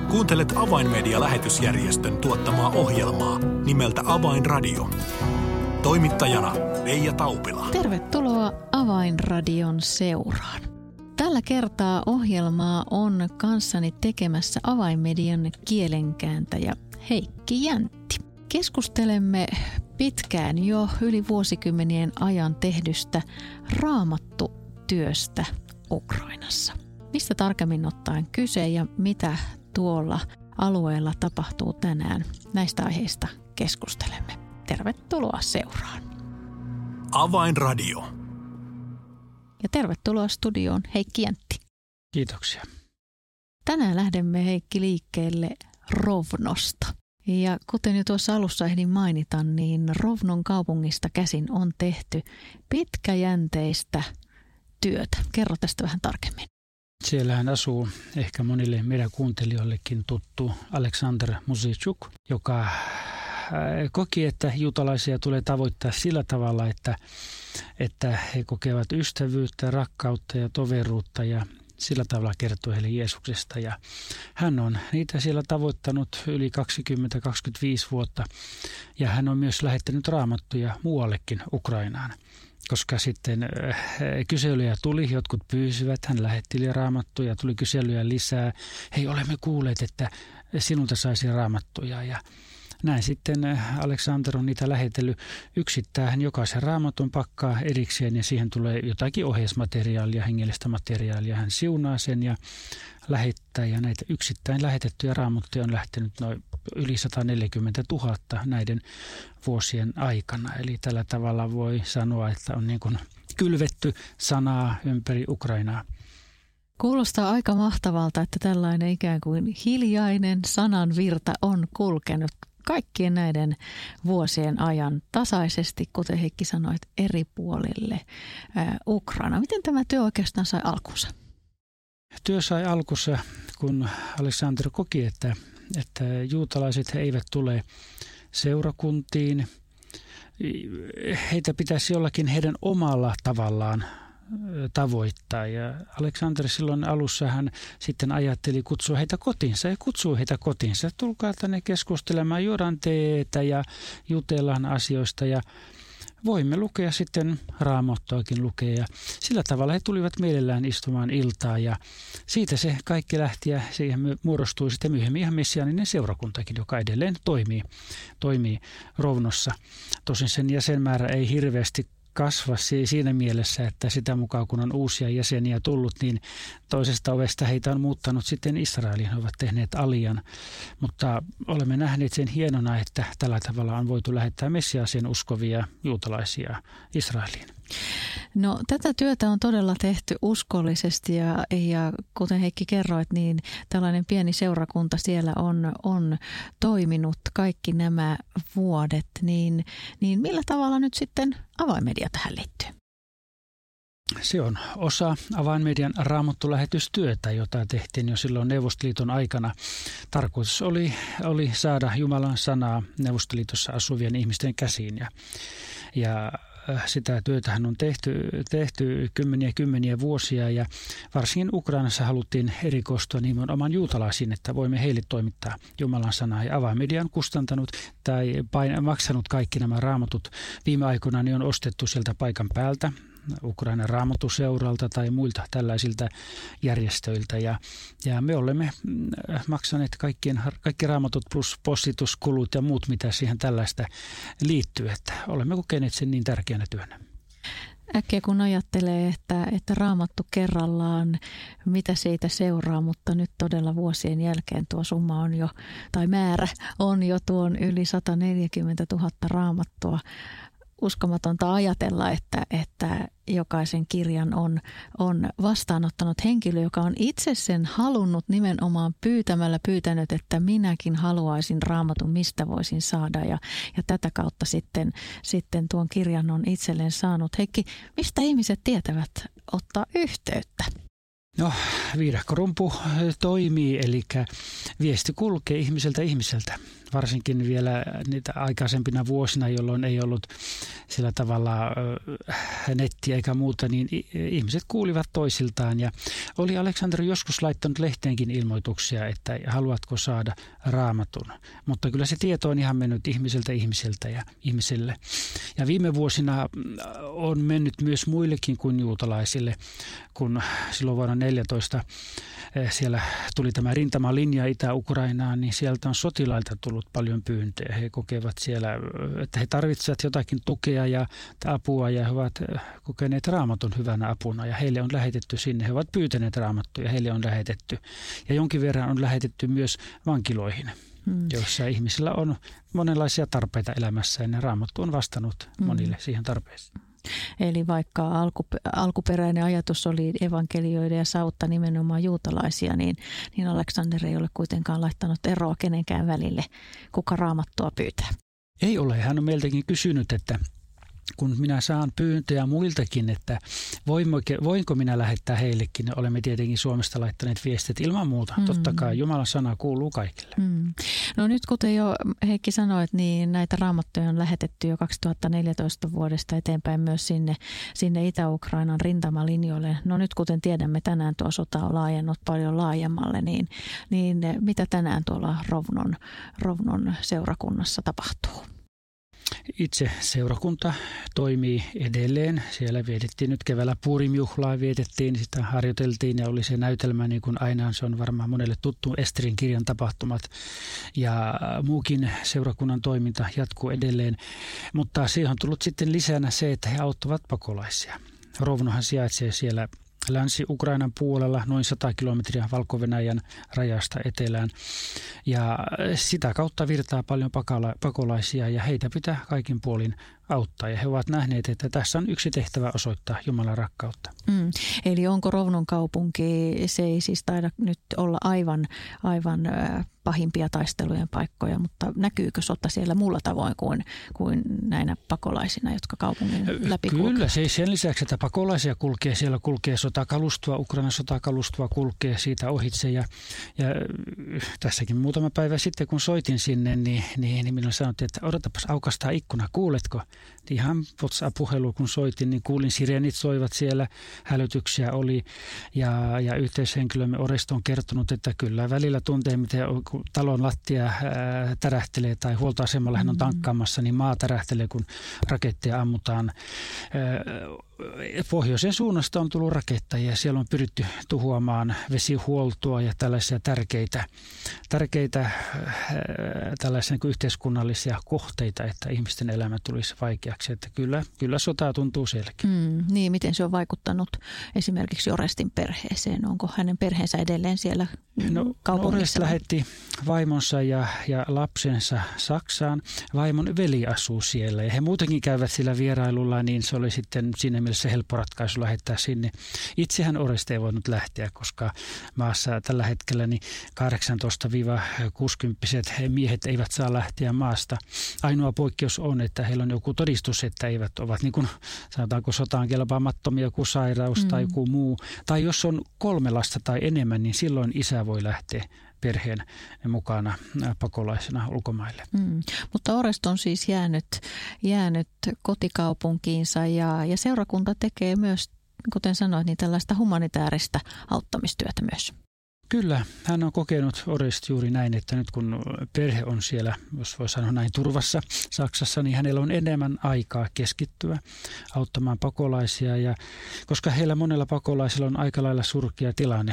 Kuuntelet Avainmedia-lähetysjärjestön tuottamaa ohjelmaa nimeltä Avainradio. Toimittajana Veija Taupila. Tervetuloa Avainradion seuraan. Tällä kertaa ohjelmaa on kanssani tekemässä Avainmedian kielenkääntäjä Heikki Jäntti. Keskustelemme pitkään jo yli vuosikymmenien ajan tehdystä raamattutyöstä Ukrainassa. Mistä tarkemmin ottaen kyse ja mitä tuolla alueella tapahtuu tänään? Näistä aiheista keskustelemme. Tervetuloa seuraan. Avainradio. Ja tervetuloa studioon Heikki Jäntti. Kiitoksia. Tänään lähdemme Heikki liikkeelle Rovnosta. Ja kuten jo tuossa alussa ehdin mainita, niin Rovnon kaupungista käsin on tehty pitkäjänteistä työtä. Kerro tästä vähän tarkemmin. Siellähän asuu ehkä monille meidän kuuntelijoillekin tuttu Aleksandr Muzejczuk, joka koki, että juutalaisia tulee tavoittaa sillä tavalla, että he kokevat ystävyyttä, rakkautta ja toveruutta ja sillä tavalla kertoo heille Jeesuksesta. Ja hän on niitä siellä tavoittanut yli 20-25 vuotta ja hän on myös lähettänyt raamattuja muuallekin Ukrainaan. Koska sitten kyselyjä tuli, jotkut pyysivät, hän lähetteli raamattuja, tuli kyselyjä lisää. Hei, olemme kuulleet, että sinulta saisi raamattuja ja näin sitten Aleksandr on niitä lähetellyt yksittäin jokaisen raamatun pakkaa erikseen ja siihen tulee jotakin ohjeismateriaalia, hengellistä materiaalia. Hän siunaa sen ja lähettää ja näitä yksittäin lähetettyjä raamattuja on lähtenyt noin yli 140 000 näiden vuosien aikana. Eli tällä tavalla voi sanoa, että on niin kuin kylvetty sanaa ympäri Ukrainaa. Kuulostaa aika mahtavalta, että tällainen ikään kuin hiljainen sananvirta on kulkenut kaikkien näiden vuosien ajan tasaisesti, kuten Heikki sanoit, eri puolille Ukraina. Miten tämä työ oikeastaan sai alkunsa? Työ sai alkunsa, kun Aleksandr koki, että juutalaiset eivät tule seurakuntiin. Heitä pitäisi jollakin heidän omalla tavallaan tavoittaa. Ja Aleksandr silloin alussa hän sitten ajatteli kutsua heitä kotiinsa ja kutsui heitä kotiinsa. Tulkaa tänne keskustelemaan, juodaan teetä ja jutellaan asioista ja voimme lukea sitten raamattuakin lukea. Ja sillä tavalla he tulivat mielellään istumaan iltaa ja siitä se kaikki lähti ja siihen muodostui sitten myöhemmin ihan messiaaninen seurakuntakin, joka edelleen toimii Rovnossa. Tosin sen jäsenmäärä ei hirveästi kasva siinä mielessä, että sitä mukaan kun on uusia jäseniä tullut, niin toisesta ovesta heitä on muuttanut sitten Israeliin. He ovat tehneet alian, mutta olemme nähneet sen hienona, että tällä tavalla on voitu lähettää messiaaseen uskovia juutalaisia Israeliin. No tätä työtä on todella tehty uskollisesti ja kuten Heikki kerroit, niin tällainen pieni seurakunta siellä on toiminut kaikki nämä vuodet, niin millä tavalla nyt sitten Avainmedia tähän liittyy? Se on osa Avainmedian raamattulähetystyötä, jota tehtiin jo silloin Neuvostoliiton aikana. Tarkoitus oli saada Jumalan sanaa Neuvostoliitossa asuvien ihmisten käsiin ja sitä työtähän on tehty kymmeniä vuosia ja varsinkin Ukrainassa haluttiin erikoistua nimenomaan juutalaisiin, että voimme heille toimittaa Jumalan sanaa. Ja Avainmedia on kustantanut tai maksanut kaikki nämä raamatut. Viime aikoina ne on ostettu sieltä paikan päältä Ukrainan raamatuseuralta tai muilta tällaisilta järjestöiltä. Ja me olemme maksaneet kaikki raamatut plus postituskulut ja muut, mitä siihen tällaista liittyy. Että olemme kokeneet sen niin tärkeänä työnä. Äkkiä kun ajattelee, että raamattu kerrallaan, mitä siitä seuraa, mutta nyt todella vuosien jälkeen tuo summa on jo, tai määrä on jo tuon yli 140 000 raamattua. Uskomatonta ajatella, että jokaisen kirjan on vastaanottanut henkilö, joka on itse sen halunnut nimenomaan pyytänyt, että minäkin haluaisin raamatun, mistä voisin saada. Ja tätä kautta sitten tuon kirjan on itselleen saanut. Heikki, mistä ihmiset tietävät ottaa yhteyttä? No, viidakkorumpu toimii, eli viesti kulkee ihmiseltä. varsinkin vielä niitä aikaisempina vuosina, jolloin ei ollut sillä tavalla nettiä eikä muuta, niin ihmiset kuulivat toisiltaan. Ja oli Aleksander joskus laittanut lehteenkin ilmoituksia, että haluatko saada Raamatun. Mutta kyllä se tieto on ihan mennyt ihmiseltä ihmiseltä ja ihmisille. Ja viime vuosina on mennyt myös muillekin kuin juutalaisille, kun silloin vuonna 2014 siellä tuli tämä rintamalinja Itä-Ukrainaan, niin sieltä on sotilailta tullut paljon pyyntöjä. He kokevat siellä, että he tarvitsevat jotakin tukea ja apua ja he ovat kokeneet Raamatun hyvänä apuna ja heille on lähetetty sinne. He ovat pyytäneet Raamattuja, heille on lähetetty ja jonkin verran on lähetetty myös vankiloihin, joissa ihmisillä on monenlaisia tarpeita elämässä ja Raamattu on vastannut monille siihen tarpeeseen. Eli vaikka alkuperäinen ajatus oli evankelioida ja saattaa nimenomaan juutalaisia, niin Aleksander ei ole kuitenkaan laittanut eroa kenenkään välille, kuka Raamattua pyytää. Ei ole. Hän on meiltäkin kysynyt, että kun minä saan pyyntöjä muiltakin, että voinko minä lähettää heillekin. Olemme tietenkin Suomesta laittaneet viestit ilman muuta. Totta kai Jumalan sana kuuluu kaikille. No nyt kuten jo Heikki sanoit, niin näitä raamattuja on lähetetty jo 2014 vuodesta eteenpäin myös sinne Itä-Ukrainan rintamalinjoille. No nyt kuten tiedämme, tänään tuo sota on laajennut paljon laajemmalle, niin mitä tänään tuolla Rovnon seurakunnassa tapahtuu? Itse seurakunta toimii edelleen. Siellä vietettiin nyt keväällä Purim-juhlaa, sitä harjoiteltiin ja oli se näytelmä niin kuin aina. Se on varmaan monelle tuttu Esterin kirjan tapahtumat ja muukin seurakunnan toiminta jatkuu edelleen. Mutta siihen on tullut sitten lisänä se, että he auttavat pakolaisia. Rovnohan sijaitsee siellä Länsi-Ukrainan puolella noin 100 kilometriä Valko-Venäjän rajasta etelään. Ja sitä kautta virtaa paljon pakolaisia ja heitä pitää kaikin puolin auttaa. Ja he ovat nähneet, että tässä on yksi tehtävä osoittaa Jumalan rakkautta. Eli onko Rovnon kaupunki, se ei siis taida nyt olla aivan pahimpia taistelujen paikkoja, mutta näkyykö sota siellä muulla tavoin kuin näinä pakolaisina, jotka kaupungin läpi kulkevat? Kyllä, se sen lisäksi, että pakolaisia kulkee, siellä kulkee sotakalustoa, Ukrainan sotakalustoa kulkee siitä ohitse. Ja tässäkin muutama päivä sitten, kun soitin sinne, niin minulle sanottiin, että odotapas aukastaa ikkuna, kuuletko? Ihan WhatsApp-puhelu, kun soitin, niin kuulin sirenit soivat siellä, hälytyksiä oli ja yhteishenkilömme Oresto on kertonut, että kyllä välillä tuntee, miten talon lattia tärähtelee tai huoltoasemalla hän on tankkaamassa, niin maa tärähtelee, kun raketteja ammutaan. Pohjoisen suunnasta on tullut raketteja ja siellä on pyritty tuhoamaan vesihuoltoa ja tällaisia tärkeitä tällaisia niin yhteiskunnallisia kohteita, että ihmisten elämä tulisi vaikeaksi. Että kyllä sota tuntuu sielläkin. Niin, miten se on vaikuttanut esimerkiksi Orestin perheeseen? Onko hänen perheensä edelleen siellä kaupungissa? Orest lähetti vaimonsa ja lapsensa Saksaan. Vaimon veli asuu siellä ja he muutenkin käyvät sillä vierailulla, niin se oli sitten siinä mielessä helppo ratkaisu lähettää sinne. Itsehän Orest ei voinut lähteä, koska maassa tällä hetkellä niin 18-60-vuotiaat miehet eivät saa lähteä maasta. Ainoa poikkeus on, että heillä on joku todistus, että eivät ovat niin kuin sanotaanko sotaan kelpaamattomia, joku sairaus tai joku muu. Tai jos on 3 lasta tai enemmän, niin silloin isä voi lähteä perheen mukana pakolaisena ulkomaille. Mutta Orest on siis jäänyt kotikaupunkiinsa ja seurakunta tekee myös, kuten sanoit, niin tällaista humanitaarista auttamistyötä myös. Kyllä, hän on kokenut Orest juuri näin, että nyt kun perhe on siellä, jos voi sanoa näin, turvassa Saksassa, niin hänellä on enemmän aikaa keskittyä auttamaan pakolaisia. Ja koska heillä monella pakolaisilla on aika lailla surkea tilanne,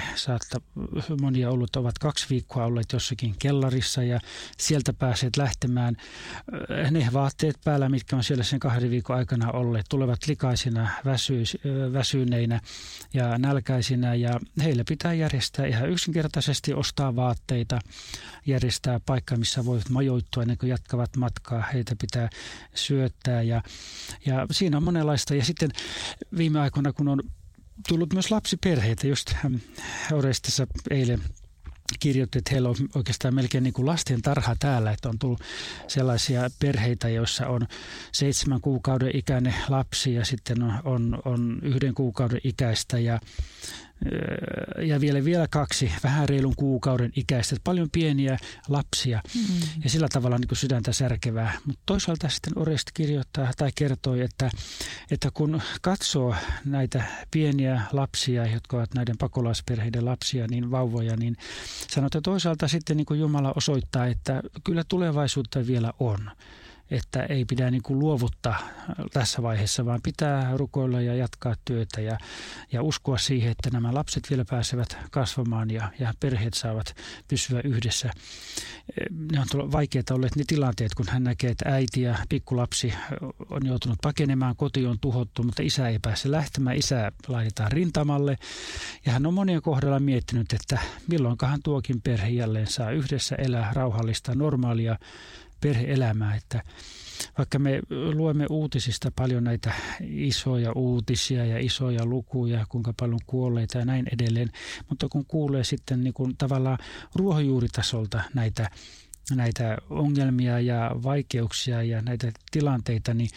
monia ovat 2 viikkoa olleet jossakin kellarissa ja sieltä pääseet lähtemään. Ne vaatteet päällä, mitkä on siellä sen 2 viikon aikana olleet, tulevat likaisina, väsyneinä ja nälkäisinä ja heille pitää järjestää ihan yksinkertaisesti ostaa vaatteita, järjestää paikka, missä voivat majoittua ennen kuin jatkavat matkaa. Heitä pitää syöttää ja siinä on monenlaista. Ja sitten viime aikoina, kun on tullut myös lapsiperheitä, just Orestissa eilen kirjoitti, että heillä on oikeastaan melkein niin kuin lasten tarha täällä, että on tullut sellaisia perheitä, joissa on 7 kuukauden ikäinen lapsi ja sitten on 1 kuukauden ikäistä ja ja vielä 2 vähän reilun kuukauden ikäistä, paljon pieniä lapsia ja sillä tavalla niin kuin sydäntä särkevää. Mutta toisaalta sitten Orest kirjoittaa tai kertoi, että kun katsoo näitä pieniä lapsia, jotka ovat näiden pakolaisperheiden lapsia, niin vauvoja, niin sanoo, että toisaalta sitten niin kuin Jumala osoittaa, että kyllä tulevaisuutta vielä on. Että ei pidä niin kuin luovuttaa tässä vaiheessa, vaan pitää rukoilla ja jatkaa työtä ja uskoa siihen, että nämä lapset vielä pääsevät kasvamaan ja perheet saavat pysyä yhdessä. Ne on vaikeita olleet ne tilanteet, kun hän näkee, että äiti ja pikkulapsi on joutunut pakenemaan, koti on tuhottu, mutta isä ei pääse lähtemään, isä laitetaan rintamalle. Ja hän on monien kohdalla miettinyt, että milloinkahan tuokin perhe jälleen saa yhdessä elää rauhallista, normaalia perhe-elämää, että vaikka me luemme uutisista paljon näitä isoja uutisia ja isoja lukuja, kuinka paljon kuolleita ja näin edelleen, mutta kun kuulee sitten niin kuin tavallaan ruohonjuuritasolta näitä ongelmia ja vaikeuksia ja näitä tilanteita, niin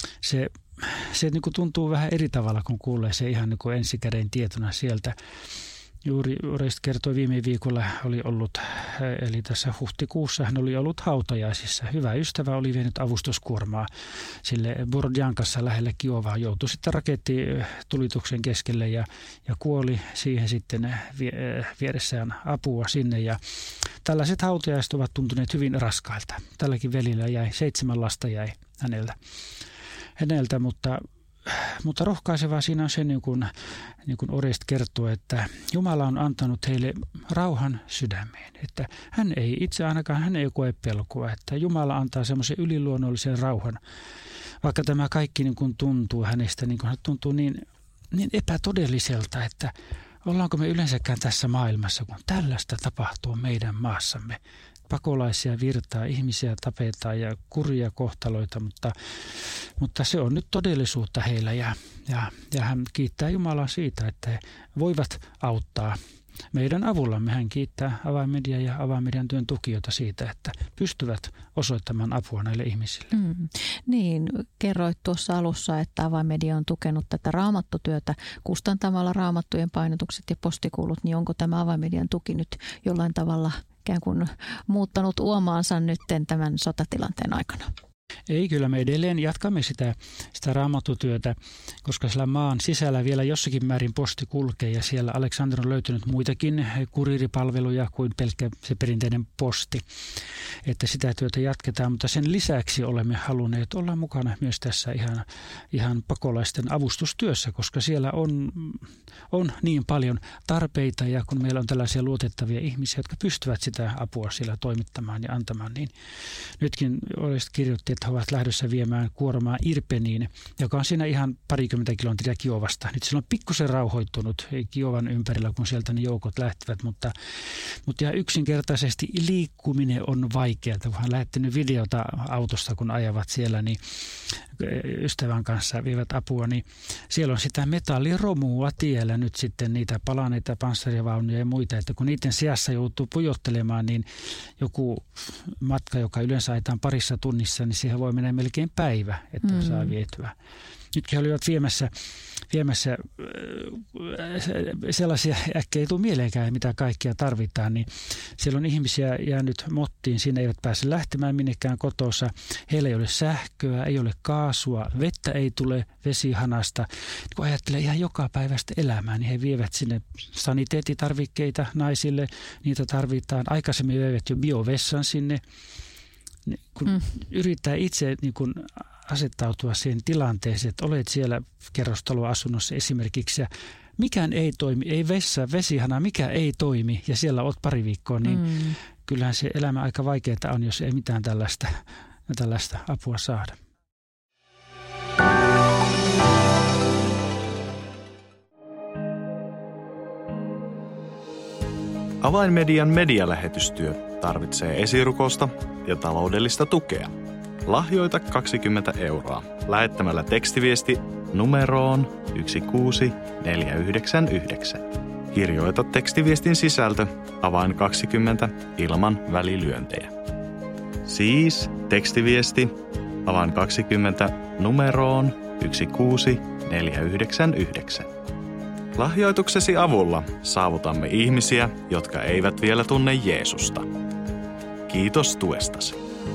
se niin kuin tuntuu vähän eri tavalla, kun kuulee se ihan niin kuin ensikäden tietona sieltä. Juuri Orest kertoi viime viikolla oli ollut, eli tässä huhtikuussa hän oli ollut hautajaisissa. Hyvä ystävä oli vienyt avustuskuormaa sille Borodjankassa lähellä Kiovaa. Joutui sitten rakettitulituksen keskelle ja kuoli siihen sitten vieressään apua sinne. Ja tällaiset hautajaiset ovat tuntuneet hyvin raskailta. Tälläkin velillä 7 lasta jäi häneltä, mutta rohkaisevaa siinä on se, niin kuin Orest kertoo, että Jumala on antanut heille rauhan sydämeen. Että hän ei koe pelkoa, että Jumala antaa semmoisen yliluonnollisen rauhan. Vaikka tämä kaikki niin kuin tuntuu hänestä, niin kuin tuntuu niin epätodelliselta, että ollaanko me yleensäkään tässä maailmassa, kun tällaista tapahtuu meidän maassamme. Pakolaisia virtaa, ihmisiä tapetaan ja kurjia kohtaloita, mutta se on nyt todellisuutta heillä ja hän kiittää Jumalaa siitä, että he voivat auttaa meidän avullamme. Hän kiittää Avainmedia ja Avainmedian työn tukijoita siitä, että pystyvät osoittamaan apua näille ihmisille. Niin, kerroit tuossa alussa, että Avainmedia on tukenut tätä raamattutyötä kustantamalla raamattujen painotukset ja postikulut, niin onko tämä Avainmedian tuki nyt jollain tavalla ikään kuin muuttanut uomaansa nyt tämän sotatilanteen aikana? Ei, kyllä me edelleen jatkamme sitä raamattutyötä, koska siellä maan sisällä vielä jossakin määrin posti kulkee ja siellä Aleksander on löytynyt muitakin kuriiripalveluja kuin pelkkä se perinteinen posti, että sitä työtä jatketaan, mutta sen lisäksi olemme halunneet olla mukana myös tässä ihan pakolaisten avustustyössä, koska siellä on niin paljon tarpeita ja kun meillä on tällaisia luotettavia ihmisiä, jotka pystyvät sitä apua siellä toimittamaan ja antamaan, niin nytkin Orest kirjoitti, että he ovat lähdössä viemään kuormaa Irpeniin, joka on siinä ihan 20 kilometriä Kiovasta. Nyt siellä on pikkusen rauhoittunut Kiovan ympärillä, kun sieltä ne joukot lähtevät, mutta ihan yksinkertaisesti liikkuminen on vaikeaa. Kun hän lähettänyt videota autosta, kun ajavat siellä, niin ystävän kanssa vievät apua, niin siellä on sitä metalliromua tiellä nyt sitten niitä palaneita panssarivaunuja ja muita, että kun niiden seassa joutuu pujottelemaan, niin joku matka, joka yleensä ajetaan parissa tunnissa, niin siihen voi mennä melkein päivä, että saa vietyä. Nytkin he olivat viemässä sellaisia, äkkiä ei tule mieleenkään, mitä kaikkia tarvitaan, niin siellä on ihmisiä jäänyt mottiin, siinä eivät pääse lähtemään minnekään kotossa, heillä ei ole sähköä, ei ole kaasua, vettä ei tule vesihanasta. Kun ajattelee ihan joka päivästä elämää, niin he vievät sinne saniteettitarvikkeita naisille, niitä tarvitaan. Aikaisemmin vievät jo biovessan sinne, kun yrittää itse niin kun asettautua siihen tilanteeseen, että olet siellä kerrostaloasunnossa esimerkiksi ja mikään ei toimi, ei vesihana, mikä ei toimi ja siellä olet pari viikkoa, niin kyllähän se elämä aika vaikeaa on, jos ei mitään tällaista apua saada. Avainmedian medialähetystyö tarvitsee esirukousta ja taloudellista tukea. Lahjoita 20 € lähettämällä tekstiviesti numeroon 16499. Kirjoita tekstiviestin sisältö avain 20 ilman välilyöntejä. Siis tekstiviesti avain 20 numeroon 16499. Lahjoituksesi avulla saavutamme ihmisiä, jotka eivät vielä tunne Jeesusta. Kiitos tuestasi.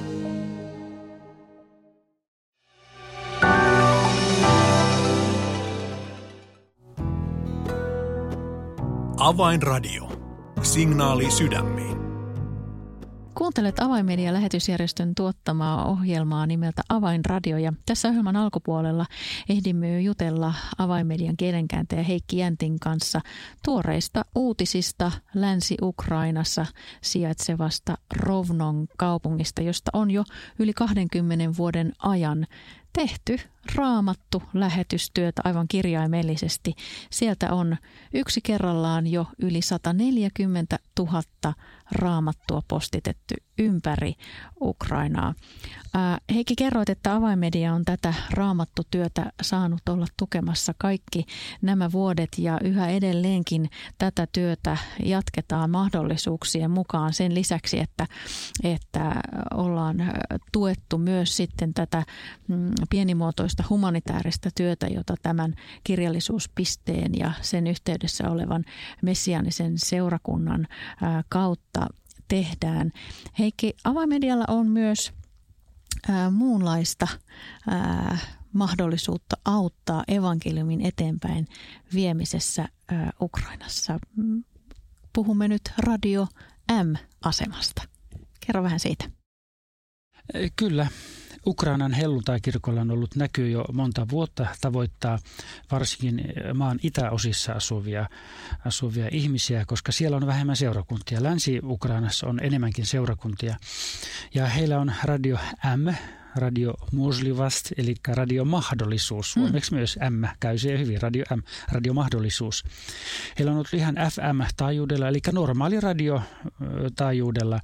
Avainradio. Signaali sydämiin. Kuuntelet Avainmedia-lähetysjärjestön tuottamaa ohjelmaa nimeltä Avainradio, ja tässä ohjelman alkupuolella ehdimme jutella Avainmedian kielenkääntäjä Heikki Jäntin kanssa tuoreista uutisista Länsi-Ukrainassa sijaitsevasta Rovnon kaupungista, josta on jo yli 20 vuoden ajan tehty raamattu lähetystyötä aivan kirjaimellisesti. Sieltä on yksi kerrallaan jo yli 140 000 raamattua postitettu ympäri Ukrainaa. Heikki, kerroit, että Avainmedia on tätä raamattutyötä saanut olla tukemassa kaikki nämä vuodet, ja yhä edelleenkin tätä työtä jatketaan mahdollisuuksien mukaan sen lisäksi, että ollaan tuettu myös sitten tätä pienimuotoista humanitaarista työtä, jota tämän kirjallisuuspisteen ja sen yhteydessä olevan messiaanisen seurakunnan kautta tehdään. Heikki, Avainmedialla on myös muunlaista mahdollisuutta auttaa evankeliumin eteenpäin viemisessä Ukrainassa. Puhumme nyt Radio M-asemasta. Kerro vähän siitä. Kyllä. Ukrainan helluntaikirkolla on ollut näky jo monta vuotta tavoittaa varsinkin maan itäosissa asuvia ihmisiä, koska siellä on vähemmän seurakuntia. Länsi-Ukrainassa on enemmänkin seurakuntia, ja heillä on Radio M, Radio Możliwość, eli radiomahdollisuus. Suomeksi myös M käy siihen hyvin, Radio M, radiomahdollisuus. Heillä on ollut ihan FM-taajuudella, eli normaali radiotaajuudella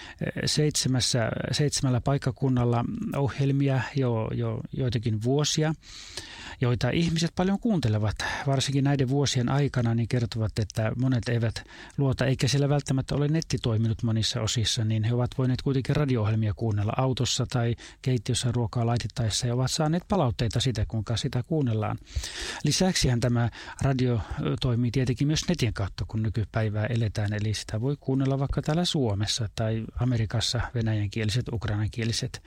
7 paikkakunnalla ohjelmia jo joitakin vuosia, joita ihmiset paljon kuuntelevat. Varsinkin näiden vuosien aikana niin kertovat, että monet eivät luota, eikä siellä välttämättä ole netti toiminut monissa osissa, niin he ovat voineet kuitenkin radio-ohjelmia kuunnella autossa tai keittiössä ruokaa laitettaessa ja ovat saaneet palautteita siitä, kuinka sitä kuunnellaan. Lisäksihän tämä radio toimii tietenkin myös netin kautta, kun nykypäivää eletään, eli sitä voi kuunnella vaikka täällä Suomessa tai Amerikassa venäjänkieliset, ukrainankieliset.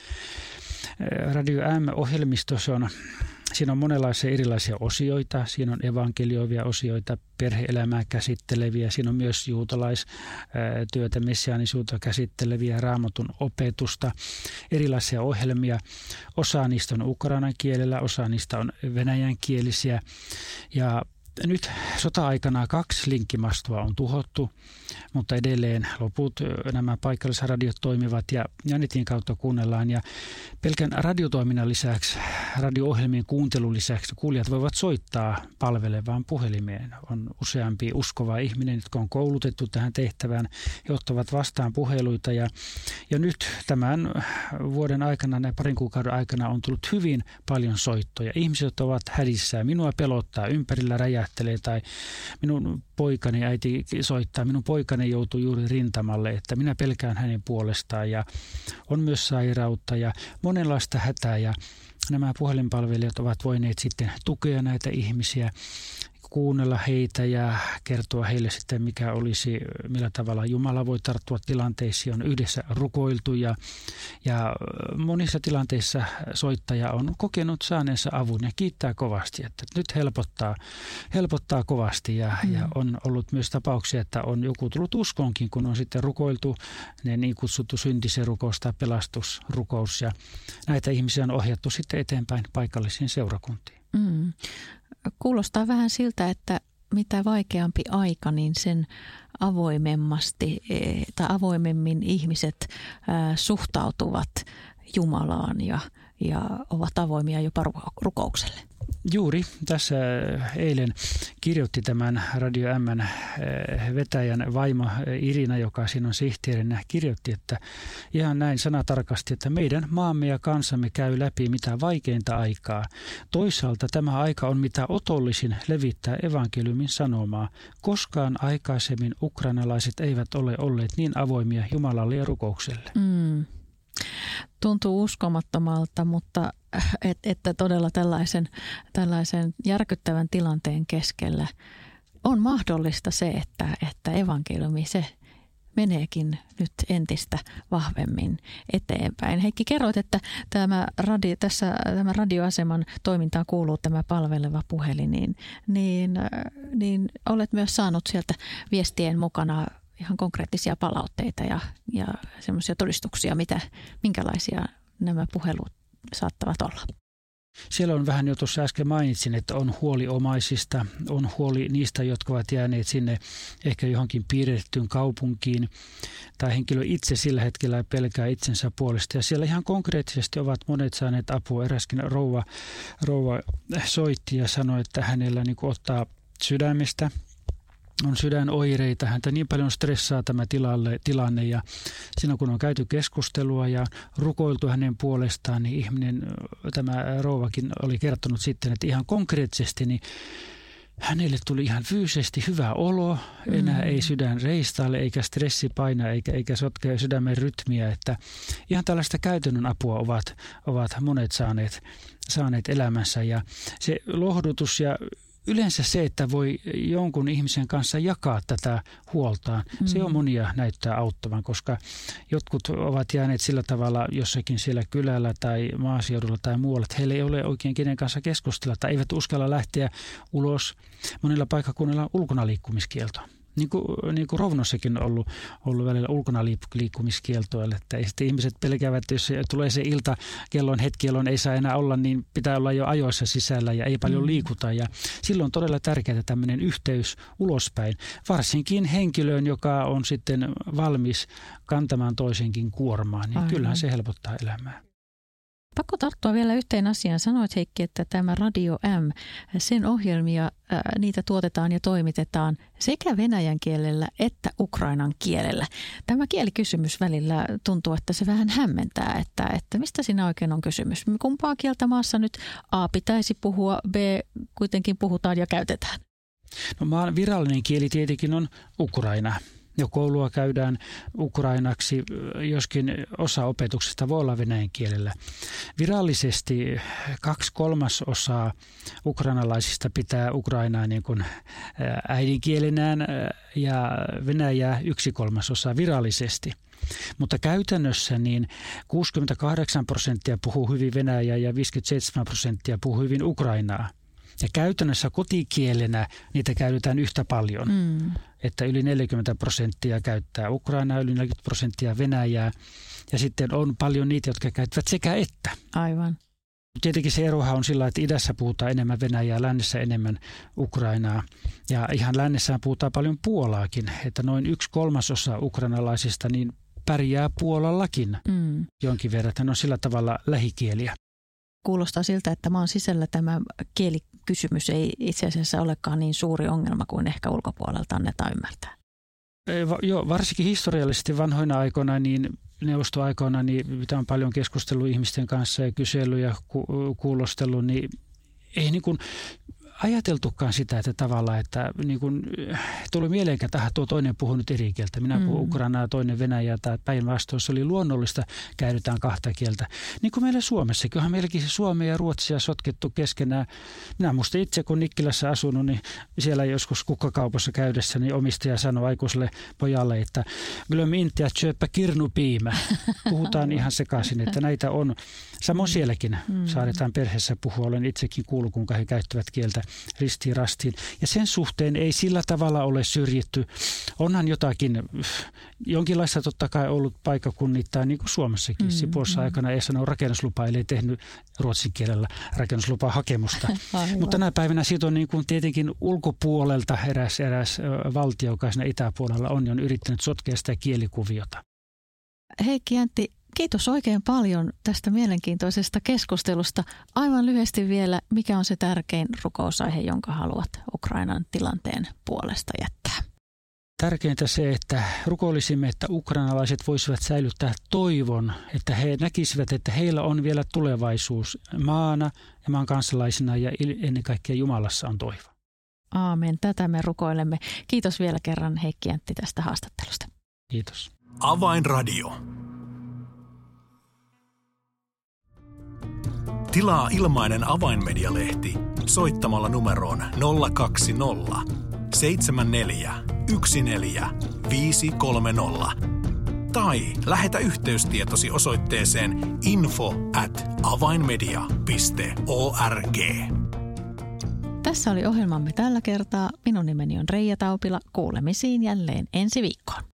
Radio M-ohjelmisto, siinä on monenlaisia erilaisia osioita. Siinä on evankelioivia osioita, perhe-elämää käsitteleviä. Siinä on myös juutalaistyötä, messiaanisuutta käsitteleviä, raamatun opetusta, erilaisia ohjelmia. Osa niistä on ukrainan kielellä, osa niistä on venäjänkielisiä. Ja nyt sota-aikana 2 linkkimastoa on tuhottu, mutta edelleen loput nämä paikallisradiot toimivat ja netin kautta kuunnellaan. Ja pelkän radiotoiminnan lisäksi, radio-ohjelmien kuuntelun lisäksi kuulijat voivat soittaa palvelevaan puhelimeen. On useampi uskova ihminen, jotka on koulutettu tähän tehtävään. He ottavat vastaan puheluita ja nyt tämän vuoden aikana, näin parin kuukauden aikana on tullut hyvin paljon soittoja. Ihmiset ovat hädissään. Minua pelottaa, ympärillä räjähtelee tai minun poikani äiti soittaa. Minun poikani joutuu juuri rintamalle, että minä pelkään hänen puolestaan ja on myös sairautta ja monenlaista hätää ja nämä puhelinpalvelijat ovat voineet sitten tukea näitä ihmisiä, kuunnella heitä ja kertoa heille sitten, millä tavalla Jumala voi tarttua tilanteisiin. On yhdessä rukoiltu ja monissa tilanteissa soittaja on kokenut saaneensa avun ja kiittää kovasti, että nyt helpottaa kovasti ja on ollut myös tapauksia, että on joku tullut uskonkin, kun on sitten rukoiltu ne niin kutsuttu syntisen rukous tai pelastusrukous ja näitä ihmisiä on ohjattu sitten eteenpäin paikallisiin seurakuntiin. Kuulostaa vähän siltä, että mitä vaikeampi aika, niin sen avoimemmin ihmiset suhtautuvat Jumalaan ja ovat avoimia jopa rukoukselle. Juuri. Tässä eilen kirjoitti tämän Radio M:n vetäjän vaimo Irina, joka siinä on sihteerinä, kirjoitti, että ihan näin sanatarkasti, että meidän maamme ja kansamme käy läpi mitä vaikeinta aikaa. Toisaalta tämä aika on mitä otollisin levittää evankeliumin sanomaa. Koskaan aikaisemmin ukrainalaiset eivät ole olleet niin avoimia Jumalalle ja rukoukselle. Tuntuu uskomattomalta, mutta että todella tällaisen järkyttävän tilanteen keskellä on mahdollista se, että evankeliumi se meneekin nyt entistä vahvemmin eteenpäin. Heikki, kerroit, että tämä radioaseman toimintaan kuuluu tämä palveleva puhelin, niin olet myös saanut sieltä viestien mukana ihan konkreettisia palautteita ja semmoisia todistuksia, minkälaisia nämä puhelut saattavat olla. Siellä on vähän jo tuossa äsken mainitsin, että on huoli omaisista, on huoli niistä, jotka ovat jääneet sinne ehkä johonkin piirrettyyn kaupunkiin, tai henkilö itse sillä hetkellä pelkää itsensä puolesta. Ja siellä ihan konkreettisesti ovat monet saaneet apua. Eräskin rouva soitti ja sanoi, että hänellä niin kuin ottaa sydämestä. On sydänoireita, häntä niin paljon stressaa tämä tilanne ja siinä kun on käyty keskustelua ja rukoiltu hänen puolestaan, niin tämä rouvakin oli kertonut sitten, että ihan konkreettisesti niin hänelle tuli ihan fyysisesti hyvä olo, enää ei sydän reistaile eikä stressi paina eikä sotke sydämen rytmiä, että ihan tällaista käytännön apua ovat monet saaneet elämänsä ja se lohdutus ja yleensä se, että voi jonkun ihmisen kanssa jakaa tätä huoltaan, se on monia näyttää auttavan, koska jotkut ovat jääneet sillä tavalla jossakin siellä kylällä tai maaseudulla tai muualla, että heillä ei ole oikein kenen kanssa keskustella tai eivät uskalla lähteä ulos. Monilla paikkakunnilla on ulkonaliikkumiskielto. Niin kuin Rovnossakin on ollut välillä ulkonaliikkumiskieltoa, että sitten ihmiset pelkäävät, että jos tulee se ilta, kellon hetki, jolloin ei saa enää olla, niin pitää olla jo ajoissa sisällä ja ei paljon liikuta. Ja silloin on todella tärkeää tämmöinen yhteys ulospäin, varsinkin henkilöön, joka on sitten valmis kantamaan toisenkin kuormaa, niin kyllähän se helpottaa elämää. Pakko tarttua vielä yhteen asiaan. Sanoit, Heikki, että tämä Radio M, sen ohjelmia, niitä tuotetaan ja toimitetaan sekä venäjän kielellä että ukrainan kielellä. Tämä kielikysymys välillä tuntuu, että se vähän hämmentää, että mistä siinä oikein on kysymys. Kumpaa kieltä maassa nyt A pitäisi puhua, B kuitenkin puhutaan ja käytetään? No maan virallinen kieli tietenkin on ukraina. Jo koulua käydään ukrainaksi, joskin osa opetuksesta voi olla venäjän kielellä. Virallisesti 2/3 ukrainalaisista pitää ukrainaa niin kuin äidinkielenään ja venäjää 1/3 virallisesti. Mutta käytännössä niin 68% puhuu hyvin venäjää ja 57% puhuu hyvin ukrainaa. Ja käytännössä kotikielenä niitä käytetään yhtä paljon, että yli 40% käyttää ukrainaa, yli 40% venäjää ja sitten on paljon niitä, jotka käyttävät sekä että. Aivan. Tietenkin se erohan on sillä, että idässä puhutaan enemmän venäjää, lännessä enemmän ukrainaa ja ihan lännessä puhutaan paljon puolaakin, että noin 1/3 ukrainalaisista niin pärjää Puolallakin jonkin verran, että ne on sillä tavalla lähikieliä. Kuulostaa siltä, että maan sisällä tämä kielikysymys ei itse asiassa olekaan niin suuri ongelma kuin ehkä ulkopuolelta annetaan ymmärtää. Joo, varsinkin historiallisesti vanhoina aikoina, niin neuvostoaikoina, niin mitä on paljon keskustellut ihmisten kanssa ja kysellyt ja kuulostellut, niin ei niin kuin ajateltukaan sitä, että tavallaan, että niin kuin, tuli mieleenkään tähän, tuo toinen puhuu nyt eri kieltä. Minä puhun ukrainaa, toinen venäjää tai päinvastoin. Se oli luonnollista, käytetään kahta kieltä. Niin kuin meillä Suomessakin, onhan meilläkin suomea ja ruotsia sotkettu keskenään. Minä muistan itse, kun Nikkilässä asunut, niin siellä joskus kukkakaupassa käydessä, niin omistaja sanoi aikuiselle pojalle, että glöm inte att köpa kirnupiimä. Puhutaan ihan sekaisin, että näitä on. Samoin sielläkin saadetaan perheessä puhua. Olen itsekin kuullut, kuinka he käyttävät kieltä ristiin rastiin. Ja sen suhteen ei sillä tavalla ole syrjitty. Onhan jotakin, jonkinlaista totta kai ollut paikkakunnittain, niin kuin Suomessakin. Sipoossa aikana ei sano rakennuslupaa, eli tehnyt ruotsin kielellä rakennuslupaa hakemusta. Mutta tänä päivänä siitä on niin kuin tietenkin ulkopuolelta eräs valtio, joka siinä itäpuolella on yrittänyt sotkea sitä kielikuviota. Heikki Jäntti, kiitos oikein paljon tästä mielenkiintoisesta keskustelusta. Aivan lyhyesti vielä, mikä on se tärkein rukousaihe, jonka haluat Ukrainan tilanteen puolesta jättää? Tärkeintä se, että rukoilisimme, että ukrainalaiset voisivat säilyttää toivon, että he näkisivät, että heillä on vielä tulevaisuus maana ja maan kansalaisina ja ennen kaikkea Jumalassa on toivo. Aamen. Tätä me rukoilemme. Kiitos vielä kerran Heikki Jäntti tästä haastattelusta. Kiitos. Avainradio. Tilaa ilmainen Avainmedia-lehti soittamalla numeroon 020 74 14 530 tai lähetä yhteystietosi osoitteeseen info@avainmedia.org. Tässä oli ohjelmamme tällä kertaa. Minun nimeni on Reija Taupila. Kuulemisiin jälleen ensi viikkoon.